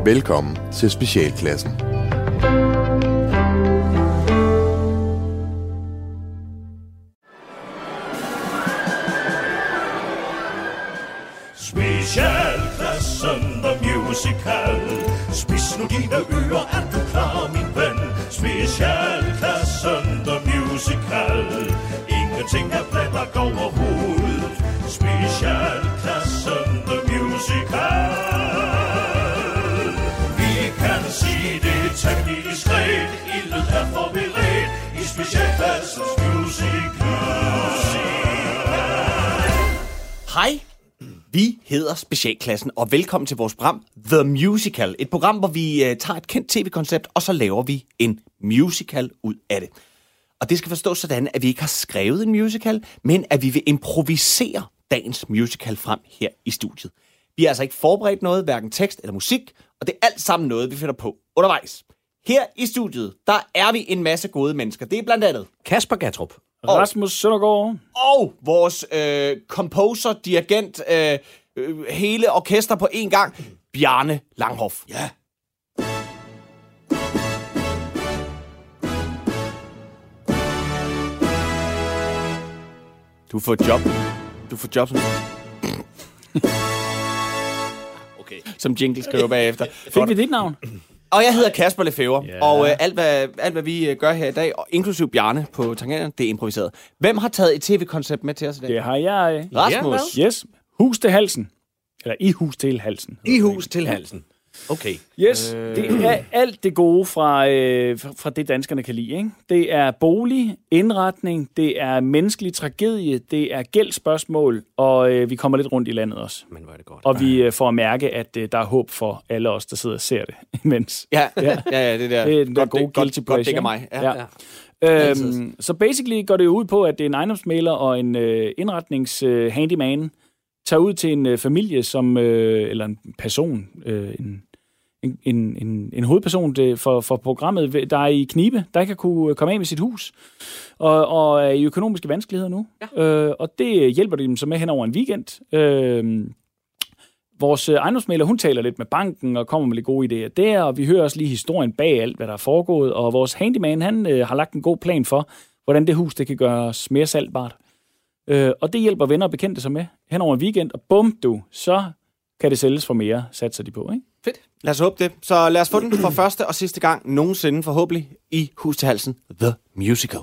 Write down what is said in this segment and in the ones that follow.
Velkommen til Specialklassen. Specialklassen, the musical. Spids nu dine ører, er du klar, min ven? Specialklassen, the musical. Ingenting er plat og går overhovedet. Specialklassen, the musical. Vi kan sige det temmelig diskret. Ildet er forberedt i specialklassens musical. Hej, vi hedder Specialklassen, og velkommen til vores program The Musical. Et program, hvor vi tager et kendt tv-koncept, og så laver vi en musical ud af det. Og det skal forstås sådan, at vi ikke har skrevet en musical, men at vi vil improvisere dagens musical frem her i studiet. Vi har altså ikke forberedt noget, hverken tekst eller musik, og det er alt sammen noget, vi finder på undervejs. Her i studiet, der er vi en masse gode mennesker. Det er blandt andet Kasper Gattrup, Rasmus Søndergaard og vores composer, dirigent, hele orkester på en gang, Bjarne Langhoff. Ja. Du får job. Du får job som... Okay. Som jingle skriver bagefter. Fik vi dit navn? Og jeg hedder Kasper Lefebvre, Ja. og alt hvad vi gør her i dag, og inklusiv Bjarne på tangenterne, det er improviseret. Hvem har taget et tv-koncept med til os i dag? Det har jeg. Rasmus. Yes. Hus til halsen. Eller i hus til halsen. i hus til halsen. Okay. Yes, det er alt det gode fra det, danskerne kan lide. Ikke? Det er bolig, indretning, det er menneskelig tragedie, det er gældsspørgsmål, og vi kommer lidt rundt i landet også. Men hvor er det godt. Og vi får at mærke, at der er håb for alle os, der sidder og ser det imens. Ja, det der. Det er den der gode guilty godt pleasure. dækker mig. Ja. Så basically går det jo ud på, at det er en ejendomsmægler og en indretningshandyman tager ud til en familie, som eller en person, en hovedperson for programmet, der er i knibe, der ikke har kunne komme af med sit hus, og er i økonomiske vanskeligheder nu. Ja. Og det hjælper de dem så med hen over en weekend. Vores ejendomsmægler, hun taler lidt med banken og kommer med lidt gode idéer der, og vi hører også lige historien bag alt, hvad der er foregået, og vores handyman, han har lagt en god plan for, hvordan det hus det kan gøres mere salgbart. Og det hjælper venner og bekendte sig med hen over en weekend, og bum så kan det sælges for mere, satser de på, ikke? Fedt. Lad os håbe det. Så lad os få den for første og sidste gang nogensinde, forhåbentlig, i Hus til halsen, The Musical.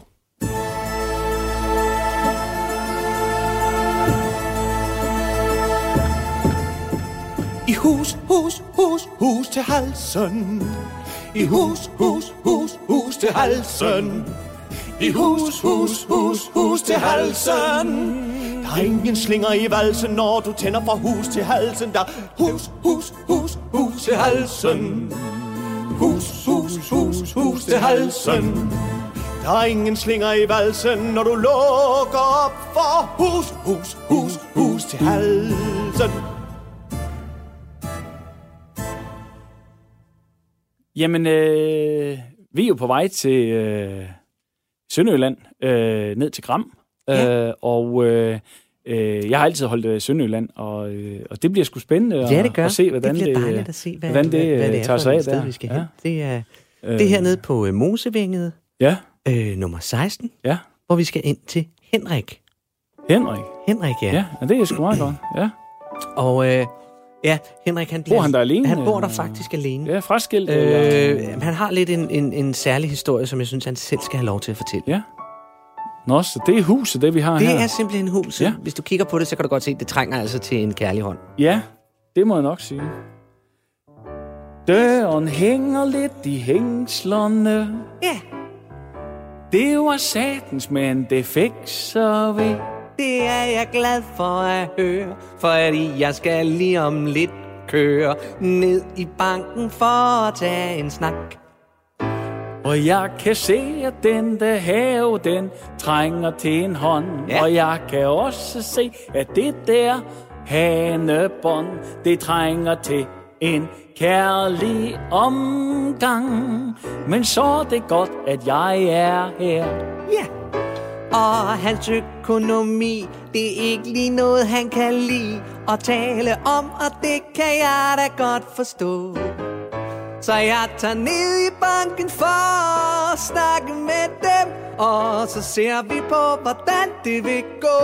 I hus til halsen. I hus til halsen. I hus til halsen. Der er ingen slinger i valsen, når du tænder fra hus til halsen. Der hus til halsen. Hus til halsen. Der er ingen slinger i valsen, når du lukker op for hus til halsen. Jamen, vi er jo på vej til Sønderjylland, ned til Gram. Ja. Og jeg har altid holdt Sønderjylland, og det bliver sgu spændende at se, hvordan det bliver dejligt at se, hvad det tager sig af der. Vi skal hen. Det er det her nede på Mosevænget, nummer 16, hvor vi skal ind til Henrik. Henrik, ja. Ja, det er sgu meget godt, ja. Og Henrik, bor han der alene? Han bor der faktisk alene. Ja, fraskilt. Han har lidt en særlig historie, som jeg synes, han selv skal have lov til at fortælle. Ja. Nå, så det er huset, det vi har her. Det er simpelthen huset. Ja. Hvis du kigger på det, så kan du godt se, at det trænger altså til en kærlig hånd. Ja, det må jeg nok sige. Døren hænger lidt i hængslerne. Ja. Det var satans, men det fikser vi. Det er jeg glad for at høre, fordi jeg skal lige om lidt køre ned i banken for at tage en snak. Og jeg kan se, at den der have, den trænger til en hånd. Ja. Og jeg kan også se, at det der hanebånd, det trænger til en kærlig omgang. Men så er det godt, at jeg er her. Ja. Og hans økonomi, det er ikke lige noget, han kan lide at tale om, og det kan jeg da godt forstå. Så jeg tager ned i banken for at snakke med dem, og så ser vi på, hvordan det vil gå.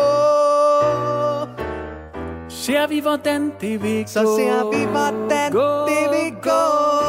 Ser vi, hvordan det vil gå. Så ser vi, hvordan det vil gå.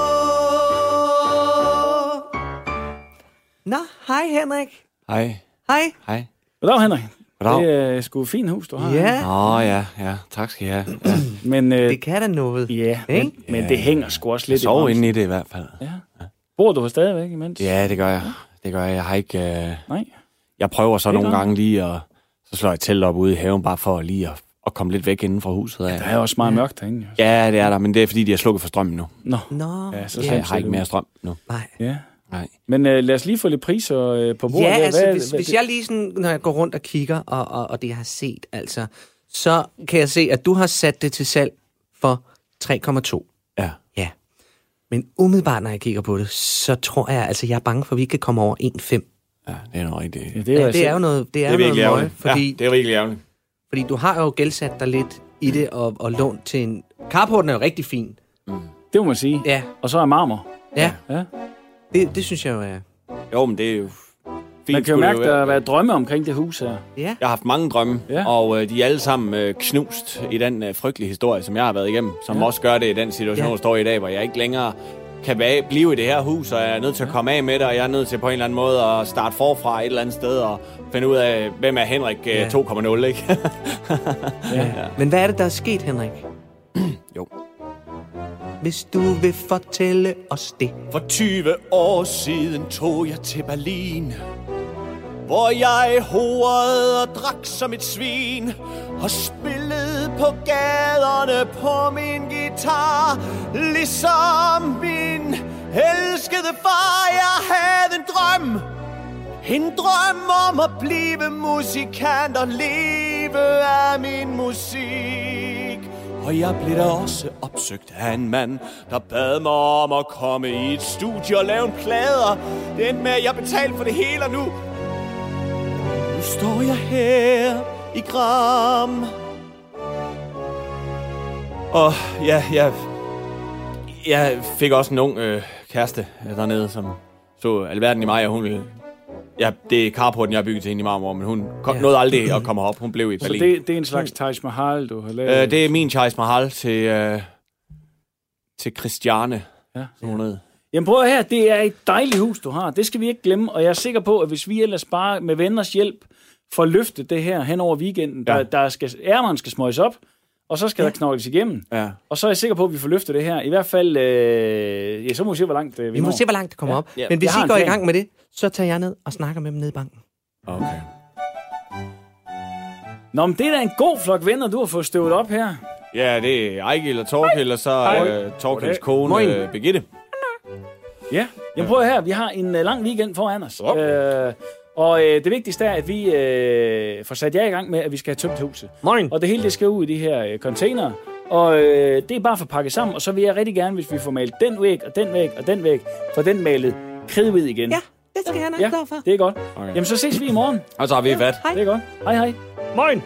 Nå, hej Henrik. Hej. Hej. Hej. Goddag, Henrik. Goddag. Det er sgu et fint hus, du har. Ja. Ja. Tak skal I have. Ja. Men, det kan da noget. Ja, men det hænger sgu også lidt i sov inde i det i hvert fald. Ja. Bor du stadigvæk imens? Ja, det gør jeg. Jeg har ikke... Nej. Jeg prøver så nogle gange lige at... Så slår jeg telt op ude i haven, bare for lige at komme lidt væk inden fra huset. Ja, der er også meget mørkt derinde. Ja, det er der, men det er fordi, de har slukket for strømmen nu. Nå. Ja, så jeg har ikke mere strøm nu. Nej. Ja. Nej. Men lad os lige få lidt priser på bordet. Ja, altså hvis jeg lige sådan, når jeg går rundt og kigger, og det jeg har set, altså, så kan jeg se, at du har sat det til salg for 3,2. Ja. Ja. Men umiddelbart, når jeg kigger på det, så tror jeg, altså, jeg er bange for, at vi ikke kan komme over 1,5. Ja, det er noget rigtigt. Ja, det er jo noget, det er virkelig noget møg, fordi, ja, det er virkelig ærgerligt. Fordi du har jo gældsat dig lidt i det, og lånt til en... Carporten er jo rigtig fin. Det må man sige. Ja. Og så er marmor. Ja. Ja. Det synes jeg jo er... Jo, men det er jo... Fint, man kan jo mærke, at der har været drømme omkring det hus her. Ja. Jeg har haft mange drømme, og de er alle sammen knust i den frygtelige historie, som jeg har været igennem, som også gør det i den situation, jeg står i dag, hvor jeg ikke længere kan blive i det her hus, og jeg er nødt til at komme af med det, og jeg er nødt til på en eller anden måde at starte forfra et eller andet sted, og finde ud af, hvem er Henrik 2,0, ikke? Ja. Men hvad er det, der er sket, Henrik? Jo. Hvis du vil fortælle os det. For 20 år siden tog jeg til Berlin, hvor jeg horede og drak som et svin, og spillede på gaderne på min guitar, ligesom min elskede far. Jeg havde en drøm om at blive musikant og leve af min musik. Og jeg blev da også opsøgt af en mand, der bad mig om at komme i et studie og lave en plade. Det endte med, at jeg betalte for det hele, og nu står jeg her i Gram. Og ja, jeg fik også en ung kæreste dernede, som så alverden i mig, og hun ville... Ja, det er carporten, jeg har bygget til hende i marmor, men hun nåede aldrig at komme op. Hun blev i Berlin. Så det er en slags Taj Mahal, du har lavet? Det er min Taj Mahal til Christiane, som hun hed. Jamen prøv her, det er et dejligt hus, du har. Det skal vi ikke glemme, og jeg er sikker på, at hvis vi ellers bare med venners hjælp får løftet det her hen over weekenden, ærmeren skal smøges op, og så skal der knokles igennem. Ja. Og så er jeg sikker på, at vi får løftet det her. I hvert fald, så må vi se, hvor langt vi må se, hvor langt det kommer op. Ja. Men hvis I går i gang med det, så tager jeg ned og snakker med dem nede i banken. Okay. Nå, men det er da en god flok venner, du har fået støvet op her. Ja, det er Ejgil og Torkild, og så Torkilds kone, Birgitte. Ja, jeg prøver her. Vi har en lang weekend foran os. Og det vigtigste er, at vi får sat jer i gang med, at vi skal have tømt huset. Morgen. Og det hele det skal ud i de her containere. Og det er bare for at pakke sammen. Og så vil jeg rigtig gerne, hvis vi får malet den væg, og den væg, og den væg, for den malet kridhvid igen. Ja, det skal jeg nok klar for. Det er godt. Okay. Jamen, så ses vi i morgen. Og så har vi fat. Det er godt. Hej. Morgen.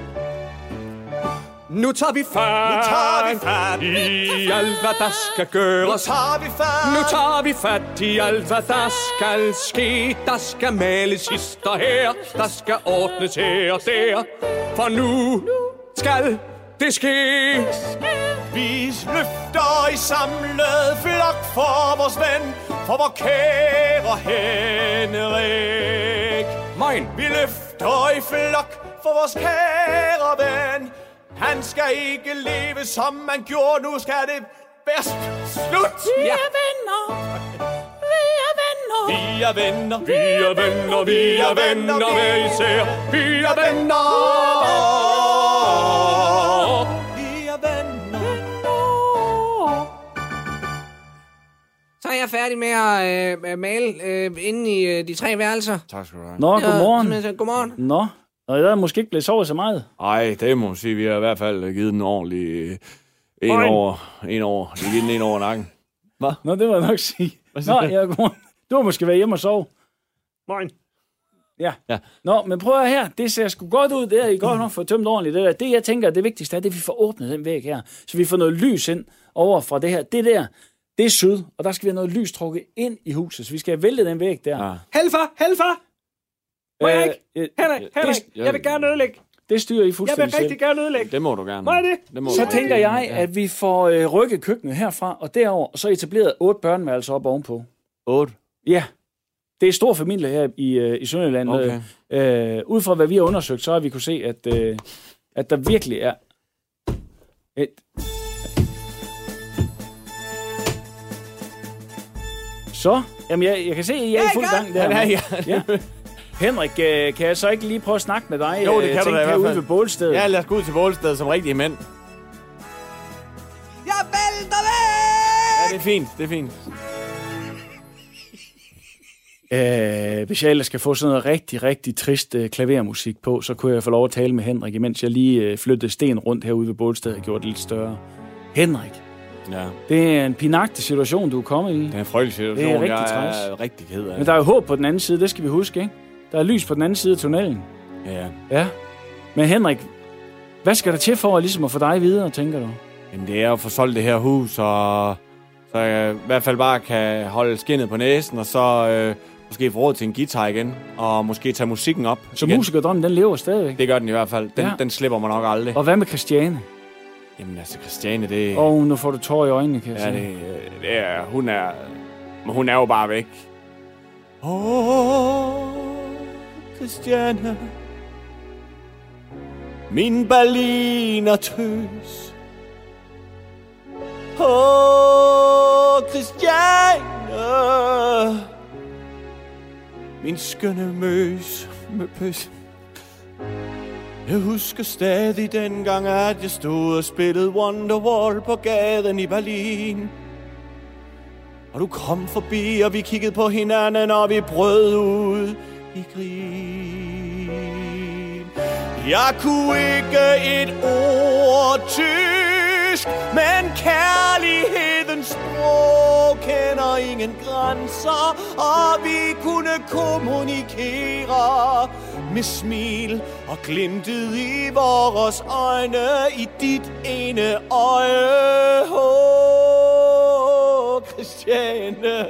Nu tager vi fat i alt, hvad der skal gøres. Nu tager vi fat i alt, hvad der skal ske. Der skal males hister her, der skal ordnes her og der. For nu skal det ske. Vi løfter i samlet flok for vores ven, for vor kære Henrik. Vi løfter i flok for vores kære ven. Han skal ikke leve, som man gjorde. Nu skal det være slut. Vi er venner. Vi er venner. Vi er venner. Vi er venner. Vi er venner hver især. Vi er venner. Vi er venner. Så er jeg færdig med at male inde i de 3 værelser. Tak skal du have. Nå, godmorgen. Godmorgen. Nå, og der er måske ikke blevet sovet så meget. Ej, det må man sige. Vi har i hvert fald givet den ordentlig en over. Vi har givet den en over nakken. Hvad? Nå, det må jeg nok sige. Nå, ja, godmorgen. Du har måske været hjemme og sove. Morgen. Ja. Nå, men prøv her. Det ser sgu godt ud, det er I godt nok for tømt ordentligt. Det der. Det, jeg tænker, det vigtigste er, det vi får åbnet den væg her. Så vi får noget lys ind over fra det her. Det der, Det er syd, og der skal vi have noget lys trukket ind i huset, så vi skal have væltet den væg der. Ja. Helfer! Må jeg ikke? Henrik, jeg vil gerne ødelægge. Det styrer I fuldstændig selv. Jeg vil rigtig gerne ødelægge. Det må du gerne. Må jeg det? Så tænker jeg, at vi får rykket køkkenet herfra og derover, og så etableret 8 børneværelser op ovenpå. 8? Ja. Det er en stor familie her i Sønderjylland. Okay. Ud fra hvad vi har undersøgt, så har vi kunne se, at der virkelig er Så, jamen jeg kan se, at I er i fuld gang der. Ja. Henrik, kan jeg så ikke lige prøve at snakke med dig? Jo, det kan du da i hvert fald. Ude ved bålstedet. Ja, lad os gå ud til bålstedet som rigtige mænd. Jeg vælter væk! Ja, det er fint, det er fint. Hvis jeg ellers skal få sådan noget rigtig, rigtig trist klavermusik på, så kunne jeg få lov at tale med Henrik, imens jeg lige flyttede sten rundt herude ved bålstedet og gjorde det lidt større. Henrik, ja. Det er en pinagtig situation, du er kommet i. Det er en frygtelig situation, det er rigtig jeg er rigtig ked af. Men der er jo håb på den anden side, det skal vi huske, ikke? Der er lys på den anden side af tunnelen. Ja. Men Henrik, hvad skal der til for ligesom at få dig videre, tænker du? Jamen, det er at få solgt det her hus, og så jeg i hvert fald bare kan holde skindet på næsen, og så måske få råd til en guitar igen, og måske tage musikken op. Så musikerdrømmen, den lever stadigvæk? Det gør den i hvert fald. Den slipper man nok aldrig. Og hvad med Christiane? Jamen altså, Christiane, det... Nu får du tår i øjnene, kan jeg sige. Det er... Hun er jo bare væk. Christiane, min Berliner tøs. Christiane, min skønne møs med pøs. Jeg husker stadig dengang, at jeg stod og spillede Wonderwall på gaden i Berlin. Og du kom forbi, og vi kiggede på hinanden, og vi brød ud i grin. Jeg kunne ikke et ord tysk, men kærlighedens sprog kender ingen grænser, og vi kunne kommunikere med smil og glimtet i vores øjne, i dit ene øje. Christiane.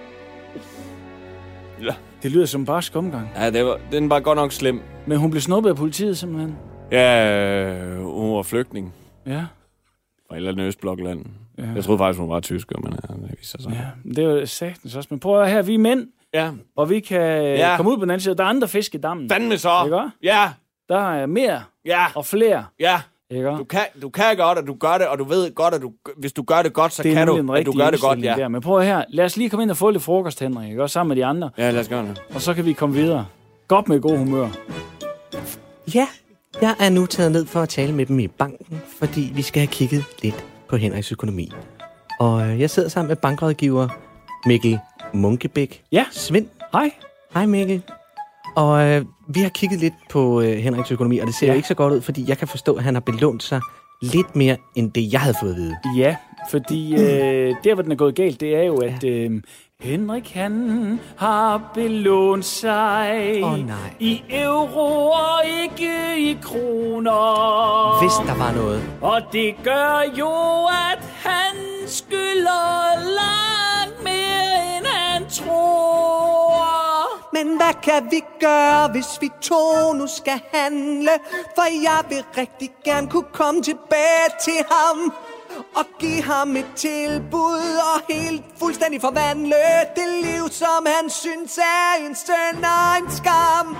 Ja. Det lyder som en barsk omgang. Ja, den var godt nok slem. Men hun blev snuppet af politiet, simpelthen? Ja, hun var flygtning. Ja. Fra et eller andet østblokland. Ja. Jeg troede faktisk, hun var tysker, men det viser sig. Ja, det er jo sagtens også. Men prøv at her, vi er mænd. Ja. Og vi kan komme ud på den anden side. Der er andre fisk i dammen. Fandme så. Ikke? Ja. Der er mere og flere. Ja. Ikke? Du kan godt, og du gør det, og du ved godt, at hvis du gør det godt, så kan du, at du gør det godt, ja. Der. Men prøv her, lad os lige komme ind og få lidt frokost, Henrik, ikke? Også sammen med de andre. Ja, lad os gøre det. Og så kan vi komme videre. Godt med god humør. Ja, jeg er nu taget ned for at tale med dem i banken, fordi vi skal have kigget lidt på Henriks økonomi. Og jeg sidder sammen med bankrådgiver Mikkel Munkebæk. Ja. Svend. Hej. Hej Mikkel. Og vi har kigget lidt på Henriks økonomi, og det ser ikke så godt ud, fordi jeg kan forstå, at han har belånt sig lidt mere, end det jeg havde fået at vide. Ja, fordi der, hvor den er gået galt, det er jo, at Henrik, han har belånt sig i euro og ikke i kroner. Hvis der var noget. Og det gør jo, at han skylder langt mere, end han tror. Men hvad kan vi gøre, hvis vi to nu skal handle? For jeg vil rigtig gerne kunne komme tilbage til ham og give ham et tilbud og helt fuldstændig forvandle det liv, som han synes er en synd og en skam.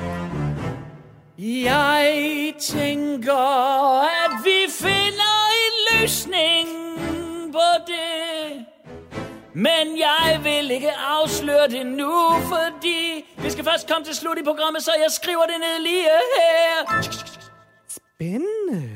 Jeg tænker, at vi finder en løsning på det. Men jeg vil ikke afsløre det nu, fordi vi skal først komme til slut i programmet, så jeg skriver det ned lige her. Spændende.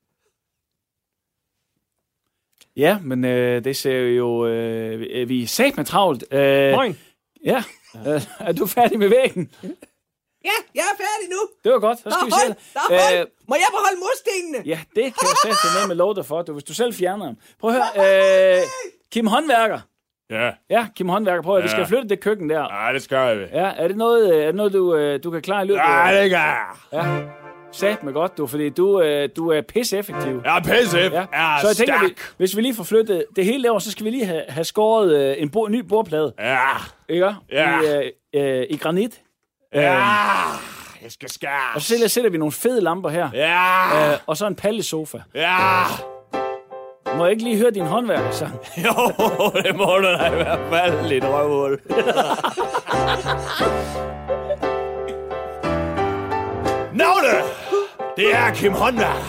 Ja, men det ser jo... vi er sat med travlt. Moin. Ja, er du færdig med væggen? Ja, jeg er færdig nu. Det var godt, så skal vi se. Må jeg beholde murstenene? Ja, det kan jeg sætte med lov dig for, hvis du selv fjerner dem. Prøv at høre, Kim Håndværker. Ja. Ja, Kim Håndværker, prøv at vi skal flytte det køkken der. Ja, det skal vi. Ja, er det noget du kan klare i løbet af... Ja, det gør jeg. Ja. sat med godt, du, fordi du er pisse-effektiv. Ja, pisse. Ja. Så jeg tænker, hvis vi lige får flyttet det hele derovre, så skal vi lige have skåret en ny bordplade. Ja. Ikke? Ja. I granit. Ja. Jeg skal skære. Og så sætter vi nogle fede lamper her. Ja. Og så en pallesofa. Ja. Må jeg ikke lige høre din håndværker, så? Jo, det må du da i hvert fald. Lidt røvhul. Navne! Det er Kim Håndværk.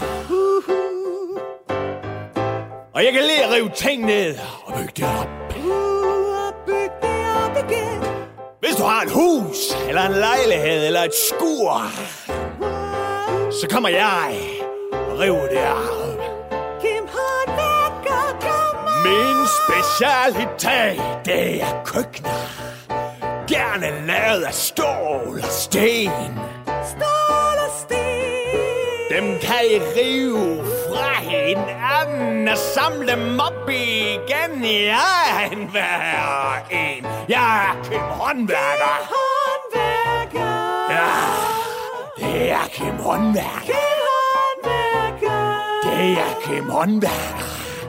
Og jeg kan lige at rive ting ned og bygge det op. Hvis du har et hus, eller en lejlighed, eller et skur, så kommer jeg og river det op. Min specialitet, det er køkkener. Gerne lavet af stål og sten. Dem kan I rive fra hinanden og samle dem op igen. Jeg er en hver en. Jeg er Kim Håndværker. Ja, det er Kim Håndværker. Det er Kim Håndværker.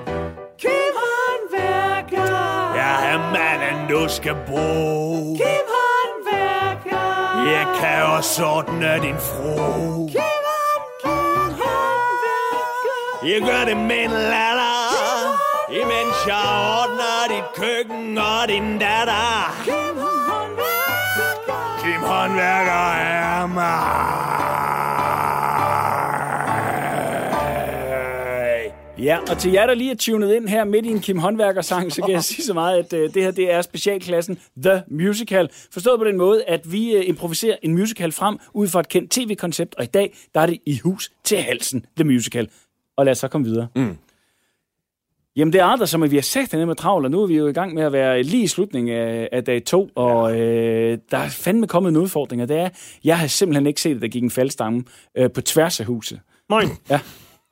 Jeg er manden, du skal bruge. Kim Håndværker. Jeg kan også ordne din fru. Kim Håndværker. Jeg gør det med en latter, imens jeg ordner dit køkken og din datter. Kim Håndværker. Kim Håndværker er mig. Ja, og til jer, der lige er tunet ind her midt i en Kim Håndværker-sang, så kan jeg sige så meget, at det her det er specialklassen The Musical. Forstået på den måde, at vi improviserer en musical frem ud fra et kendt tv-koncept, og i dag der er det I hus til halsen, The Musical. Og lad os så komme videre. Jamen det er andre, som vi har sagt med travlt, og nu er vi jo i gang med at være lige i slutningen af dag 2, og der er fandme kommet en udfordring, og det er, jeg har simpelthen ikke set, at der gik en faldstamme på tværs af huset. Moin. Ja.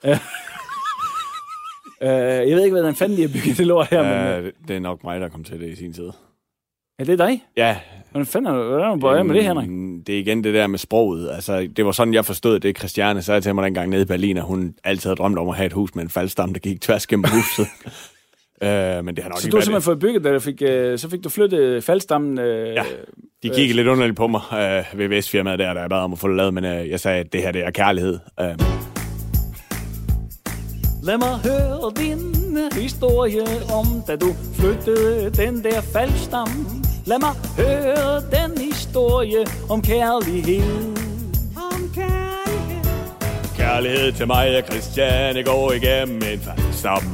Jeg ved ikke, hvordan fanden de har bygget det lort her, men... Det er nok mig, der kom til det i sin tid. Er det dig? Ja. Hvordan fanden er du bøjet med det, Henrik? Det er igen det der med sproget. Altså, det var sådan, jeg forstod det. Christiane sagde til mig dengang nede i Berlin, at hun altid havde drømt om at have et hus med en faldstamme, der gik tværs gennem huset. Men det har nok så ikke du har været simpelthen fået bygget det, så fik du flyttet faldstammen? Ja, de kiggede lidt underligt på mig ved Vestfirmaet der jeg bad om at få det lavet, men jeg sagde, at det her det er kærlighed. Lad mig høre din historie om, da du flyttede den der faldstamme. Lad mig høre den historie om kærlighed. Om kærlighed. Kærlighed til mig og Christiane går igennem en faldstamme.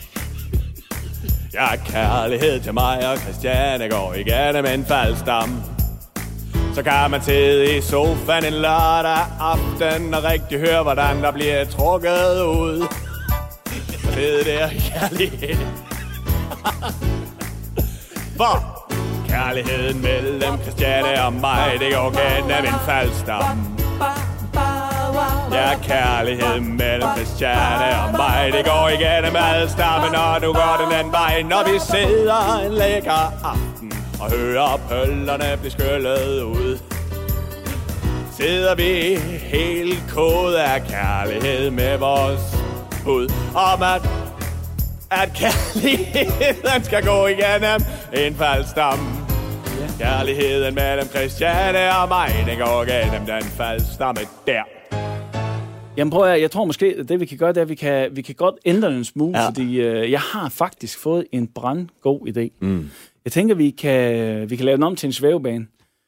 Ja, kærlighed til mig og Christiane går igennem en faldstamme. Så kan man sidde i sofaen en lørdag aften og rigtig høre, hvordan der bliver trukket ud. Det der kærlighed. For kærligheden mellem Christiane og mig, det går gennem en faldstamme. Ja, kærligheden mellem Christiane og mig, det går igennem alle stammen, og nu går den anden vej, når vi sidder en lækker aften og hører pøllerne blive skyllet ud. Sidder vi helt kodet af kærlighed med vores ud om at kærligheden skal gå igennem en faldstamme. Kærligheden mellem Christiane og mig, den går igennem den faldstamme der. Jamen prøv at jeg tror måske, det vi kan gøre, det er, at vi kan godt ændre den en smule, fordi jeg har faktisk fået en brandgod idé. Jeg tænker, vi kan lave den om til en svævebane.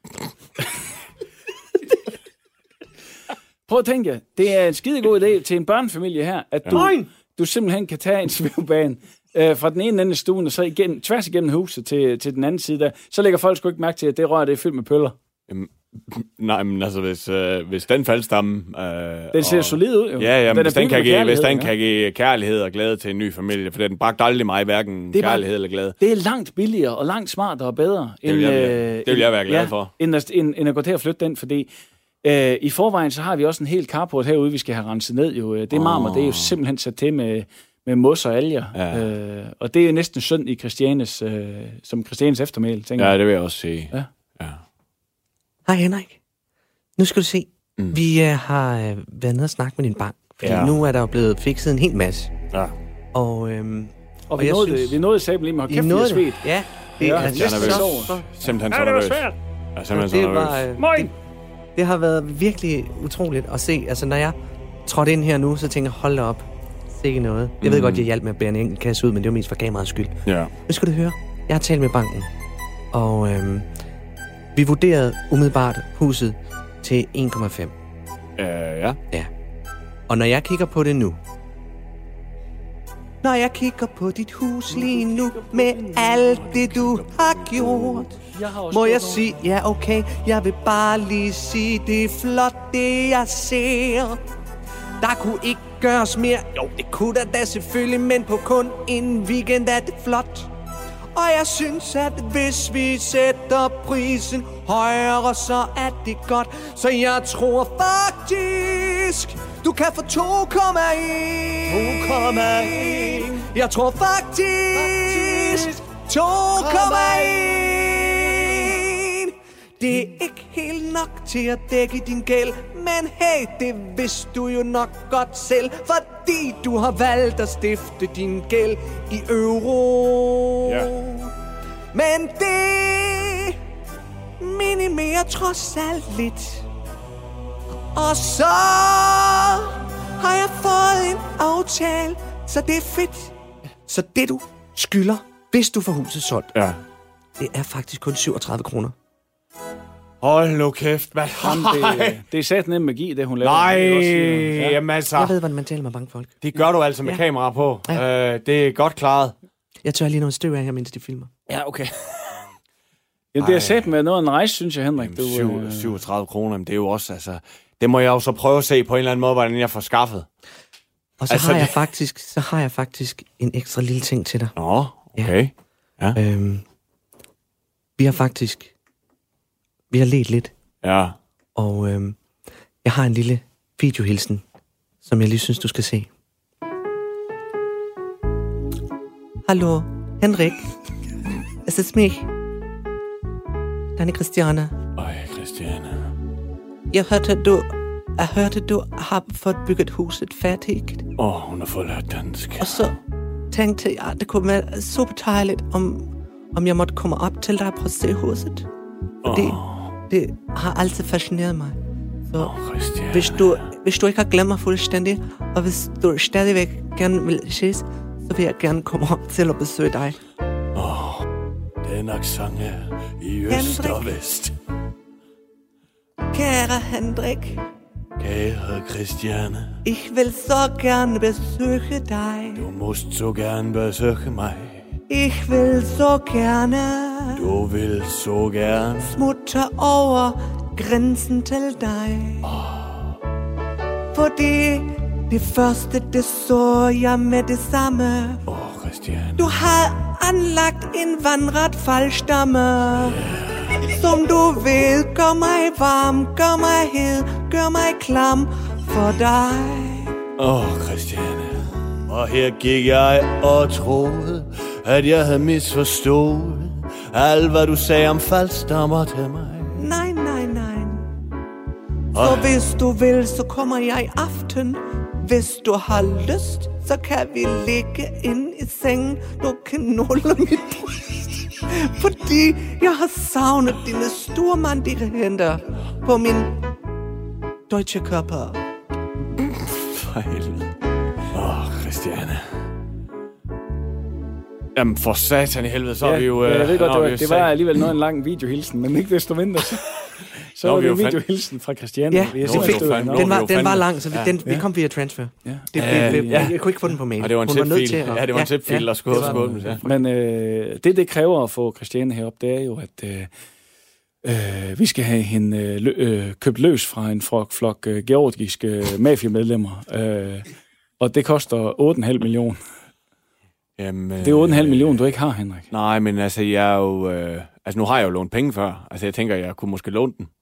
Prøv at tænke, det er en skidegod idé til en børnefamilie her, at du simpelthen kan tage en svævebane fra den ene ende af stuen, og så tværs igennem huset til den anden side der. Så lægger folk sgu ikke mærke til, at det rør det er fyldt med pøller. Nej, men altså, hvis den faldstamme... den ser solid ud, jo. Ja, men hvis den kan give kærlighed og glæde til en ny familie, for den bragte aldrig mig hverken kærlighed eller glæde. Det er langt billigere og langt smartere og bedre. Det vil jeg være glad for. End at gå til at flytte den, fordi i forvejen, så har vi også en hel carport herude, vi skal have renset ned. Jo. Det marmor, det er jo simpelthen sat til med mos og alger. Ja. Og det er næsten synd i som Christianes eftermæl, tænker jeg. Ja, det vil jeg også sige. Ja. Hej Henrik. Nu skal du se. Vi har været nede og snakke med din bank, fordi nu er der jo blevet fikset en hel masse. Ja. Og vi nåede sablen lige med at kæft, vi er svedt. Ja, det er næsten så... Simpelthen så nervøs. Ja, simpelthen så nervøs. Det har været virkelig utroligt at se. Altså, når jeg trådte ind her nu, så tænker jeg, hold da op. Sikke noget. Jeg ved godt, jeg hjalp med at bære en enkelt kasse ud, men det var mest for kameraets skyld. Ja. Nu skal du høre. Jeg har talt med banken, og vi vurderede umiddelbart huset til 1,5. Ja. Og når jeg kigger på det nu, når jeg kigger på dit hus lige nu, med alt det du har gjort, må jeg sige, ja okay, jeg vil bare lige sige, det er flot det jeg ser. Der kunne ikke gøres mere, jo det kunne der da selvfølgelig, men på kun en weekend er det flot. Og jeg synes, at hvis vi sætter prisen højere, så er det godt. Så jeg tror faktisk, du kan få 2,1. 2,1. Jeg tror faktisk 2,1. Det er ikke helt nok til at dække din gæld, men hey, det vidste du jo nok godt selv, fordi du har valgt at stifte din gæld i euro. Ja. Men det minimerer trods alt lidt. Og så har jeg fået en aftale, så det er fedt. Så det du skylder, hvis du får huset solgt, det er faktisk kun 37 kroner. Hold nu kæft, hvad? Det er sat nem magi, det hun laver. Nej, jamen altså. Jeg ved, hvordan man taler med bankfolk. Det gør du altså med kamera på. Ja. Det er godt klaret. Jeg tør lige noget støv af her, mens de filmer. Ja, okay. Jamen, det er sat med noget af en rejse, synes jeg, Henrik. 37 kroner, men det er jo også, altså... Det må jeg jo så prøve at se på en eller anden måde, hvordan jeg får skaffet. Og så, altså, har jeg faktisk en ekstra lille ting til dig. Nå, okay. Ja. Vi har let lidt. Ja. Og jeg har en lille videohilsen, som jeg lige synes, du skal se. Hallo, Henrik. Es ist mich. Deine Christiane. Christiane. Jeg hørte, du har fået bygget huset færdigt. Hun har fået lært dansk. Og så tænkte jeg, at det kunne være super dejligt, om jeg måtte komme op til dig på at se huset. Fordi det har altid fascineret mig. Så hvis du ikke har glemt mig fuldstændig, og hvis du stadigvæk gerne vil ses, så vil jeg gerne komme op til at besøge dig. Den accent i øst Henrik. og vest. Kære Henrik. Kære Christiane. Ich vil så gerne besøge dig. Du musst så gerne besøge mig. Ich vil så gerne. Du vil så gerne. Smutte over grænsen til dig. Fordi det første, det så jeg med det samme. Christiane. Du har anlagt en vandret faldstamme. Som du ved, gør mig varm, gør mig hed, gør mig klam for dig. Christiane. Og her gik jeg og troede, at jeg havde misforstået alt, hvad du sagde om faldstammer til mig. Nej. Så hvis du vil, så kommer jeg i aften. Hvis du har lyst, så kan vi ligge inde i sengen. Du kan nulle mit bryst. Fordi jeg har savnet dine stormandige hænder på min deutsche Körper. For helvede. Christiane. Jamen, for satan i helvede, så er vi jo... jeg ved godt, det var alligevel noget en lang videohilsen, men ikke desto mindre, så var det en videohilsen fra Christiane. Ja, den var lang, så vi kom via transfer. Ja. Jeg kunne ikke få den på mail. Og det var en zip-fil. Ja, det var en zip-fil, der skulle skåle. Men det kræver at få Christiane herop, det er jo, at vi skal have hende købt løs fra en flok georgiske mafiamedlemmer. Og det koster 8,5 millioner. Jamen, det er 8,5 millioner, du ikke har, Henrik. Nej, men altså, jeg er jo... altså, nu har jeg jo lånt penge før. Altså, jeg tænker, jeg kunne måske låne den.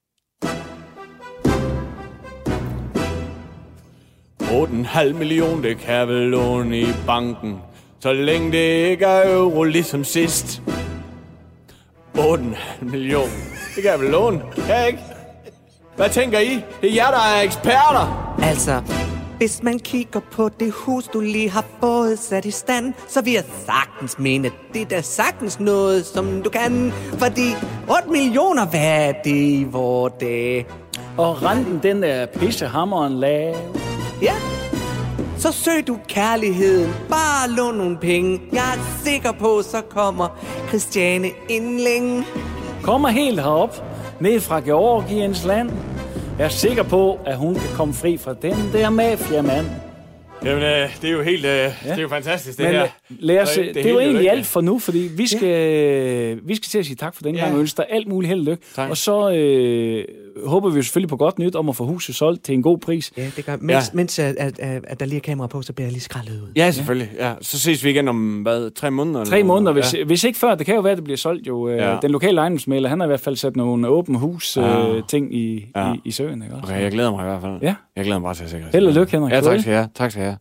8,5 millioner, det kan jeg vel låne i banken. Så længe det ikke er euro, ligesom sidst. 8,5 millioner, det kan jeg vel låne, kan jeg ikke? Hvad tænker I? Det er jer, der er eksperter. Altså, hvis man kigger på det hus, du lige har fået sat i stand, så vil jeg sagtens mene, at det er da sagtens noget, som du kan. Fordi 8 millioner, hvad er det i vore dage? Og renten, den er pissehammeren lav. Ja, så søg du kærligheden. Bare lån nogle penge. Jeg er sikker på, så kommer Christiane inden længe. Kommer helt herop, ned fra Georgiens land. Jeg er sikker på, at hun kan komme fri fra den der mafia-mand. Jamen, det er jo helt... Det er jo fantastisk, det Men her. lad os, det er jo egentlig alt for nu, fordi vi skal til at sige tak for den gang, og ønske dig alt muligt held og lykke. Tak. Og så håber vi jo selvfølgelig på godt nyt om at få huset solgt til en god pris. Ja, det gør. Mens at der lige er kamera på, så bliver jeg lige skrællet ud. Ja, selvfølgelig. Ja. Så ses vi igen om, 3 måneder? 3 måneder, hvis ikke før. Det kan jo være, at det bliver solgt jo. Den lokale ejendomsmægler, han har i hvert fald sat nogle åbne hus ting i søen. Ikke? Okay, jeg glæder mig i hvert fald. Ja. Jeg glæder mig bare til at se. Held og lykke, Henrik. Ja, tak skal jeg. Tak skal jeg.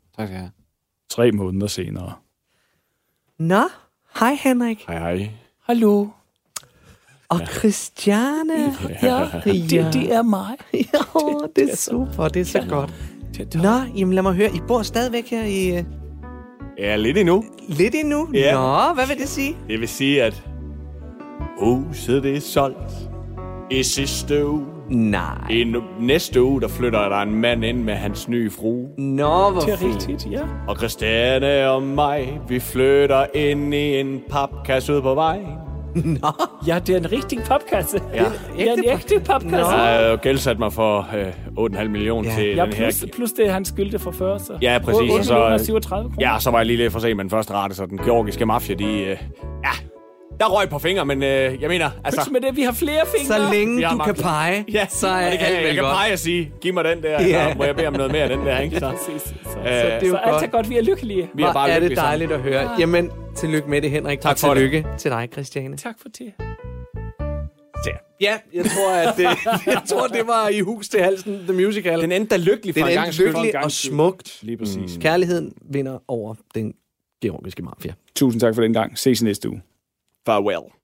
3 måneder senere. Nå, hej Henrik. Hej. Hallo. Og Christiane. Ja, det er mig. Ja, det er super, det er så godt. Nå, jamen lad mig høre, I bor stadigvæk her i... Ja, lidt endnu. Lidt endnu? Ja. Nå, hvad vil det sige? Det vil sige, at huset det er solgt i sidste uge. Nej. I næste uge, der flytter der en mand ind med hans nye frue. Nå, hvor Det er fint. rigtigt, ja. Og Christiane og mig, vi flytter ind i en papkasse ude på vejen. Nå. Ja, det er en rigtig papkasse. Ja. Ja, en ægte papkasse. Jeg har jo gældsat mig for 8,5 millioner til Ja, den her. plus det, han skyldte for før, så. Ja, præcis. 837 kroner. Ja, så var jeg lige lidt for sent med den første rate, så den georgiske mafia, der røg på fingre, men jeg mener, altså... Pyt med det, vi har flere fingre. Så længe Vi har du mange. kan pege, Ja, så er det kan alt jeg vel kan godt. pege og sige, giv mig den der, Ja. så må jeg bede om noget mere af den der, ikke? Så, Præcis. Så det er jo alt er godt. godt, vi er lykkelige. vi er Hvor bare er det lykkelige dejligt at høre. Jamen, tillykke med det, Henrik. Tak og for det. tillykke til dig, Christiane. Tak for det. Ja, jeg tror, det var i hus til halsen, The Musical. Den endte da lykkelig for Den en gang endte skyld. lykkelig og smukt. Lige præcis. Kærligheden vinder over den georgiske mafia. Tusind tak for den gang. Ses næste uge. Farewell.